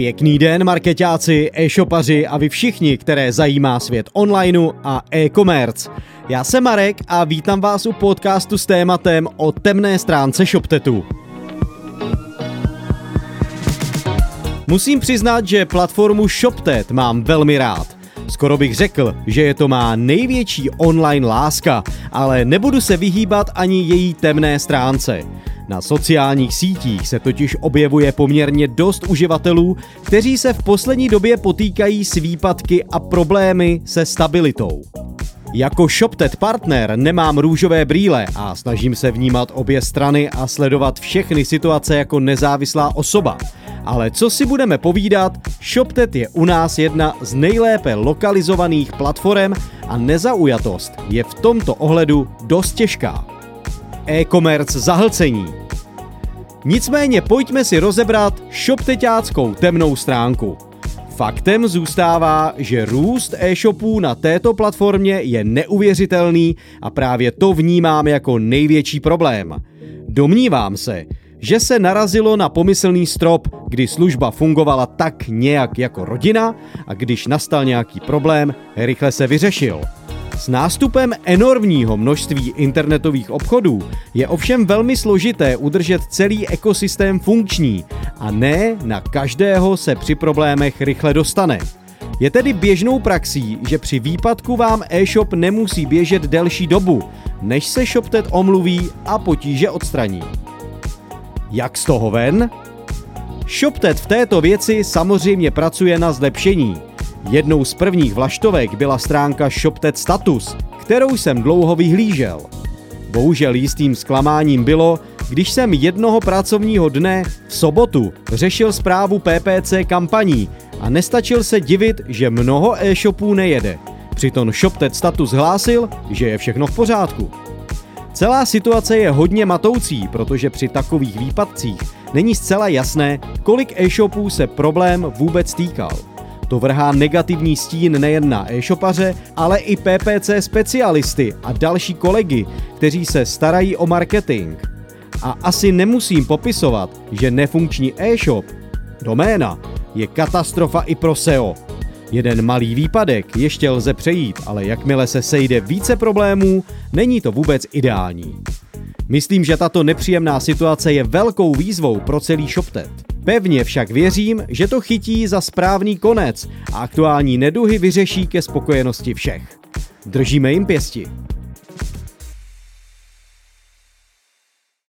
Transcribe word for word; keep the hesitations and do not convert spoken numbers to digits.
Pěkný den, markeťáci, e-shopaři a vy všichni, které zajímá svět onlineu a e-commerce. Já jsem Marek a vítám vás u podcastu s tématem o temné stránce ShopTetu. Musím přiznat, že platformu ShopTet mám velmi rád. Skoro bych řekl, že je to má největší online láska, ale nebudu se vyhýbat ani její temné stránce. Na sociálních sítích se totiž objevuje poměrně dost uživatelů, kteří se v poslední době potýkají s výpadky a problémy se stabilitou. Jako ShopTet partner nemám růžové brýle a snažím se vnímat obě strany a sledovat všechny situace jako nezávislá osoba. Ale co si budeme povídat, ShopTet je u nás jedna z nejlépe lokalizovaných platform a nezaujatost je v tomto ohledu dost těžká. E-commerce zahlcení. Nicméně pojďme si rozebrat shopteťáckou temnou stránku. Faktem zůstává, že růst e-shopů na této platformě je neuvěřitelný a právě to vnímám jako největší problém. Domnívám se, že se narazilo na pomyslný strop, kdy služba fungovala tak nějak jako rodina a když nastal nějaký problém, rychle se vyřešil. S nástupem enormního množství internetových obchodů je ovšem velmi složité udržet celý ekosystém funkční a ne na každého se při problémech rychle dostane. Je tedy běžnou praxí, že při výpadku vám e-shop nemusí běžet delší dobu, než se ShopTet omluví a potíže odstraní. Jak z toho ven? ShopTet v této věci samozřejmě pracuje na zlepšení. Jednou z prvních vlaštovek byla stránka ShopTet Status, kterou jsem dlouho vyhlížel. Bohužel jistým zklamáním bylo, když jsem jednoho pracovního dne v sobotu řešil správu P P C kampaní a nestačil se divit, že mnoho e-shopů nejede. Přitom ShopTet Status hlásil, že je všechno v pořádku. Celá situace je hodně matoucí, protože při takových výpadcích není zcela jasné, kolik e-shopů se problém vůbec týkal. To vrhá negativní stín nejen na e-shopaře, ale i P P C specialisty a další kolegy, kteří se starají o marketing. A asi nemusím popisovat, že nefunkční e-shop, doména, je katastrofa i pro S E O. Jeden malý výpadek ještě lze přejít, ale jakmile se sejde více problémů, není to vůbec ideální. Myslím, že tato nepříjemná situace je velkou výzvou pro celý ShopTet. Pevně však věřím, že to chytí za správný konec a aktuální neduhy vyřeší ke spokojenosti všech. Držíme jim pěsti.